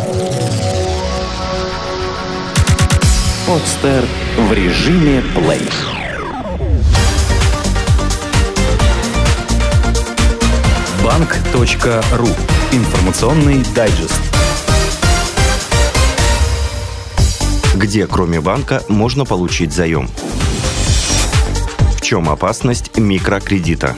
Подстер в режиме плей. Банк.ру. Информационный дайджест. Где, кроме банка, можно получить заем? В чем опасность микрокредита?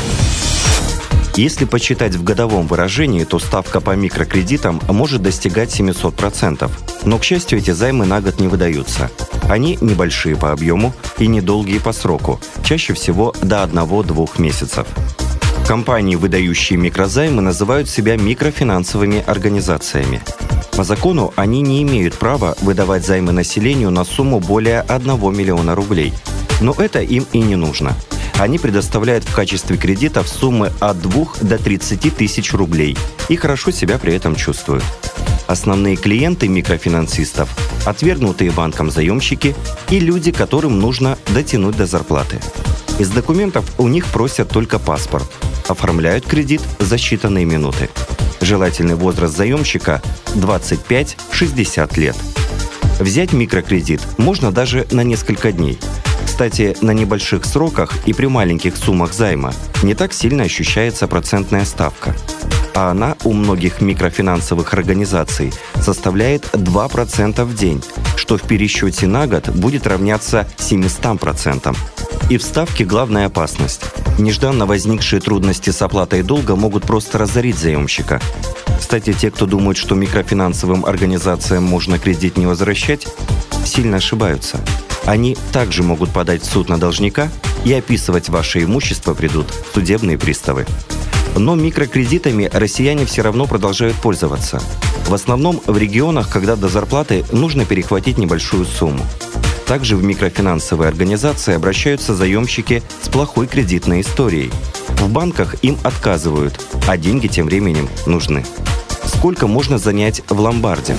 Если посчитать в годовом выражении, то ставка по микрокредитам может достигать 700%. Но, к счастью, эти займы на год не выдаются. Они небольшие по объему и недолгие по сроку, чаще всего до 1-2 месяцев. Компании, выдающие микрозаймы, называют себя микрофинансовыми организациями. По закону они не имеют права выдавать займы населению на сумму более 1 миллиона рублей. Но это им и не нужно. Они предоставляют в качестве кредитов суммы от 2 до 30 тысяч рублей и хорошо себя при этом чувствуют. Основные клиенты микрофинансистов – отвергнутые банком заемщики и люди, которым нужно дотянуть до зарплаты. Из документов у них просят только паспорт. Оформляют кредит за считанные минуты. Желательный возраст заемщика – 25-60 лет. Взять микрокредит можно даже на несколько дней. Кстати, на небольших сроках и при маленьких суммах займа не так сильно ощущается процентная ставка. А она у многих микрофинансовых организаций составляет 2% в день, что в пересчете на год будет равняться 700%. И в ставке главная опасность. Нежданно возникшие трудности с оплатой долга могут просто разорить заемщика. Кстати, те, кто думает, что микрофинансовым организациям можно кредит не возвращать, сильно ошибаются. Они также могут подать в суд на должника, и описывать ваше имущество придут судебные приставы. Но микрокредитами россияне все равно продолжают пользоваться. В основном в регионах, когда до зарплаты нужно перехватить небольшую сумму. Также в микрофинансовые организации обращаются заемщики с плохой кредитной историей. В банках им отказывают, а деньги тем временем нужны. Сколько можно занять в ломбарде?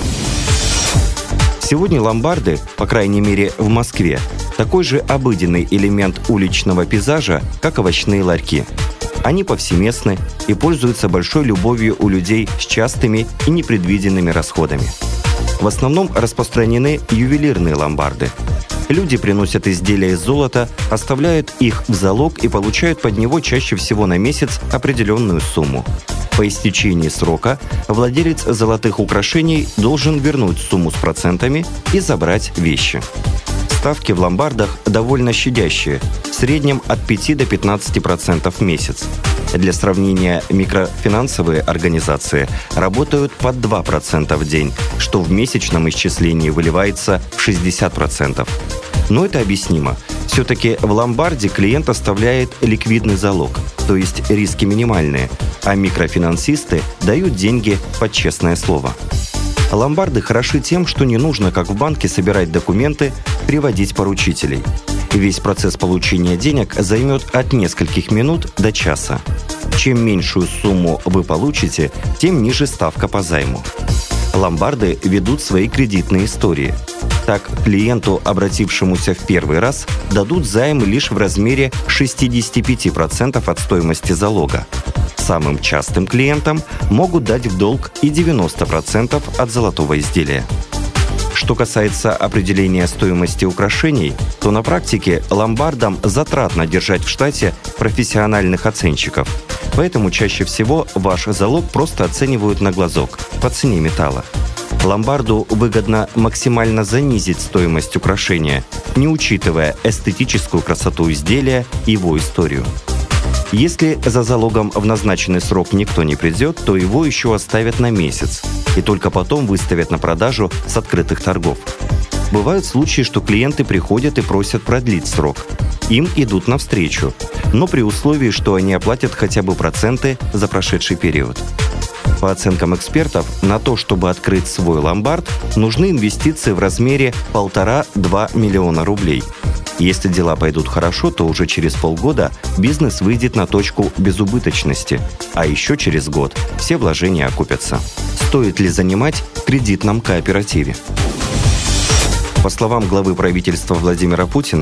Сегодня ломбарды, по крайней мере в Москве, такой же обыденный элемент уличного пейзажа, как овощные ларьки. Они повсеместны и пользуются большой любовью у людей с частыми и непредвиденными расходами. В основном распространены ювелирные ломбарды. Люди приносят изделия из золота, оставляют их в залог и получают под него чаще всего на месяц определенную сумму. По истечении срока владелец золотых украшений должен вернуть сумму с процентами и забрать вещи. Ставки в ломбардах довольно щадящие, в среднем от 5 до 15% в месяц. Для сравнения, микрофинансовые организации работают под 2% в день, что в месячном исчислении выливается в 60%. Но это объяснимо. Все-таки в ломбарде клиент оставляет ликвидный залог, то есть риски минимальные, а микрофинансисты дают деньги под честное слово. Ломбарды хороши тем, что не нужно, как в банке, собирать документы, приводить поручителей. Весь процесс получения денег займет от нескольких минут до часа. Чем меньшую сумму вы получите, тем ниже ставка по займу. Ломбарды ведут свои кредитные истории. Так, клиенту, обратившемуся в первый раз, дадут займ лишь в размере 65% от стоимости залога. Самым частым клиентам могут дать в долг и 90% от золотого изделия. Что касается определения стоимости украшений, то на практике ломбардам затратно держать в штате профессиональных оценщиков. Поэтому чаще всего ваш залог просто оценивают на глазок, по цене металла. Ломбарду выгодно максимально занизить стоимость украшения, не учитывая эстетическую красоту изделия и его историю. Если за залогом в назначенный срок никто не придет, то его еще оставят на месяц и только потом выставят на продажу с открытых торгов. Бывают случаи, что клиенты приходят и просят продлить срок. Им идут навстречу, но при условии, что они оплатят хотя бы проценты за прошедший период. По оценкам экспертов, на то, чтобы открыть свой ломбард, нужны инвестиции в размере 1,5-2 миллиона рублей. Если дела пойдут хорошо, то уже через полгода бизнес выйдет на точку безубыточности, а еще через год все вложения окупятся. Стоит ли занимать в кредитном кооперативе? По словам главы правительства Владимира Путина,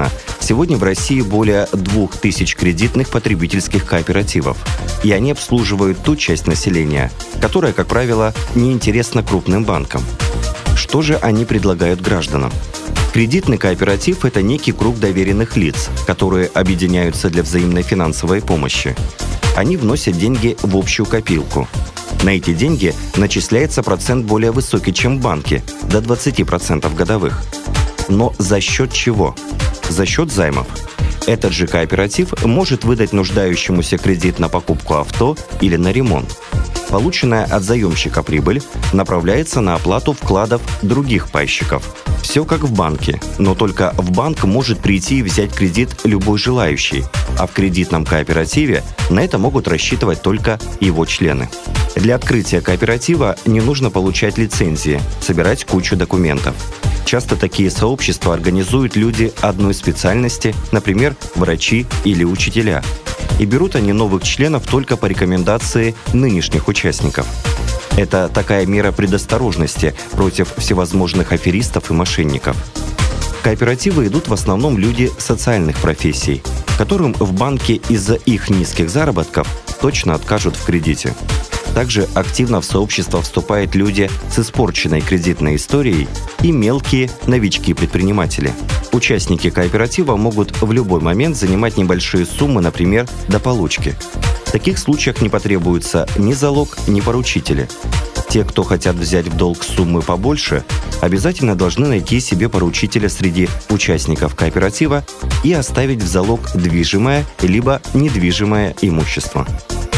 Сегодня в России более 2000 кредитных потребительских кооперативов, и они обслуживают ту часть населения, которая, как правило, не интересна крупным банкам. Что же они предлагают гражданам? Кредитный кооператив – это некий круг доверенных лиц, которые объединяются для взаимной финансовой помощи. Они вносят деньги в общую копилку. На эти деньги начисляется процент более высокий, чем в банке – до 20% годовых. Но за счет чего? За счет займов. Этот же кооператив может выдать нуждающемуся кредит на покупку авто или на ремонт. Полученная от заемщика прибыль направляется на оплату вкладов других пайщиков. Все как в банке, но только в банк может прийти и взять кредит любой желающий, а в кредитном кооперативе на это могут рассчитывать только его члены. Для открытия кооператива не нужно получать лицензии, собирать кучу документов. Часто такие сообщества организуют люди одной специальности, например, врачи или учителя. И берут они новых членов только по рекомендации нынешних участников. Это такая мера предосторожности против всевозможных аферистов и мошенников. В кооперативы идут в основном люди социальных профессий, которым в банке из-за их низких заработков точно откажут в кредите. Также активно в сообщество вступают люди с испорченной кредитной историей и мелкие новички-предприниматели. Участники кооператива могут в любой момент занимать небольшие суммы, например, до получки. В таких случаях не потребуется ни залог, ни поручители. Те, кто хотят взять в долг суммы побольше, обязательно должны найти себе поручителя среди участников кооператива и оставить в залог движимое либо недвижимое имущество.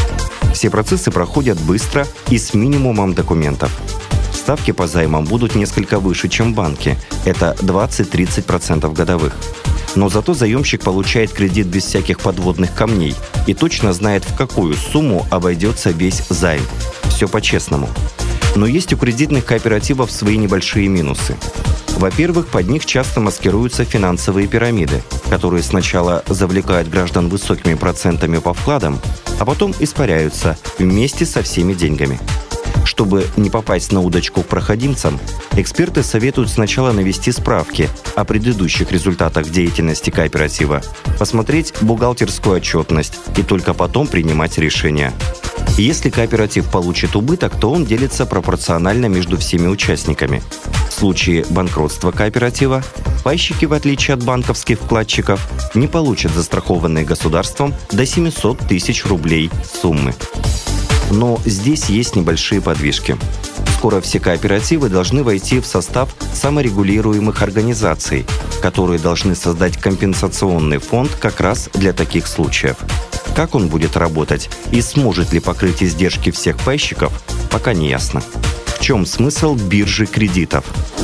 Все процессы проходят быстро и с минимумом документов. Ставки по займам будут несколько выше, чем в банке. Это 20-30% годовых. Но зато заемщик получает кредит без всяких подводных камней и точно знает, в какую сумму обойдется весь займ. Все по-честному. Но есть у кредитных кооперативов свои небольшие минусы. Во-первых, под них часто маскируются финансовые пирамиды, которые сначала завлекают граждан высокими процентами по вкладам, а потом испаряются вместе со всеми деньгами. Чтобы не попасть на удочку к проходимцам, эксперты советуют сначала навести справки о предыдущих результатах деятельности кооператива, посмотреть бухгалтерскую отчетность и только потом принимать решения. Если кооператив получит убыток, то он делится пропорционально между всеми участниками. В случае банкротства кооператива пайщики, в отличие от банковских вкладчиков, не получат застрахованные государством до 700 тысяч рублей суммы. Но здесь есть небольшие подвижки. Скоро все кооперативы должны войти в состав саморегулируемых организаций, которые должны создать компенсационный фонд как раз для таких случаев. Как он будет работать и сможет ли покрыть издержки всех пайщиков, пока не ясно. В чем смысл биржи кредитов?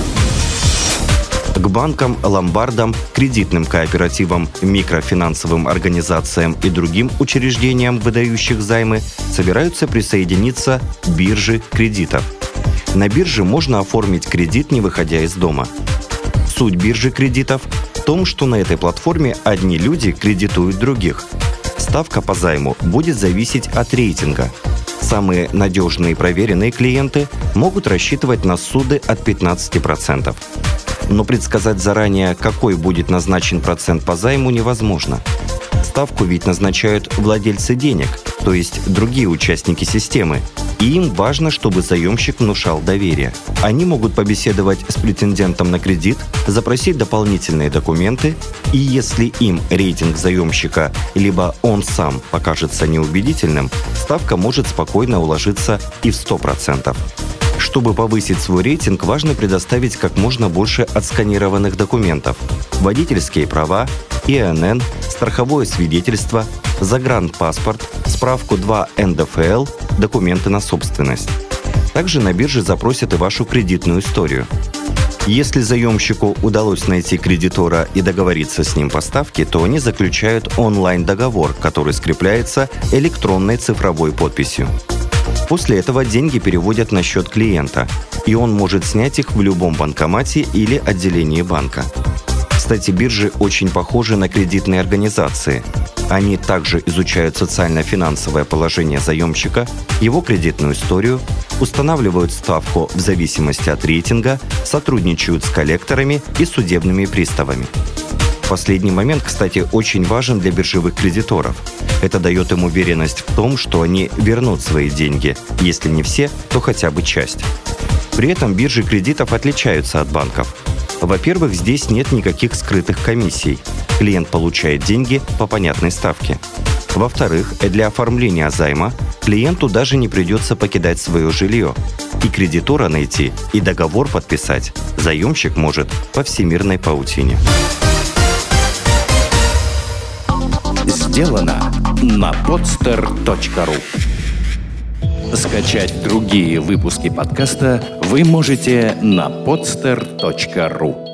К банкам, ломбардам, кредитным кооперативам, микрофинансовым организациям и другим учреждениям, выдающих займы, собираются присоединиться биржи кредитов. На бирже можно оформить кредит, не выходя из дома. Суть биржи кредитов в том, что на этой платформе одни люди кредитуют других. Ставка по займу будет зависеть от рейтинга. Самые надежные и проверенные клиенты могут рассчитывать на суды от 15%. Но предсказать заранее, какой будет назначен процент по займу, невозможно. Ставку ведь назначают владельцы денег, то есть другие участники системы. И им важно, чтобы заемщик внушал доверие. Они могут побеседовать с претендентом на кредит, запросить дополнительные документы, и если им рейтинг заемщика либо он сам покажется неубедительным, ставка может спокойно уложиться и в 100%. Чтобы повысить свой рейтинг, важно предоставить как можно больше отсканированных документов: водительские права, ИНН, страховое свидетельство, загранпаспорт, справку 2 НДФЛ, документы на собственность. Также на бирже запросят и вашу кредитную историю. Если заемщику удалось найти кредитора и договориться с ним по ставке, то они заключают онлайн-договор, который скрепляется электронной цифровой подписью. После этого деньги переводят на счет клиента, и он может снять их в любом банкомате или отделении банка. Кстати, биржи очень похожи на кредитные организации. Они также изучают социально-финансовое положение заемщика, его кредитную историю, устанавливают ставку в зависимости от рейтинга, сотрудничают с коллекторами и судебными приставами. Последний момент, кстати, очень важен для биржевых кредиторов. Это дает им уверенность в том, что они вернут свои деньги. Если не все, то хотя бы часть. При этом биржи кредитов отличаются от банков. Во-первых, здесь нет никаких скрытых комиссий. Клиент получает деньги по понятной ставке. Во-вторых, для оформления займа клиенту даже не придется покидать свое жилье. И кредитора найти, и договор подписать заемщик может по всемирной паутине. Сделано на podster.ru. Скачать другие выпуски подкаста вы можете на podster.ru.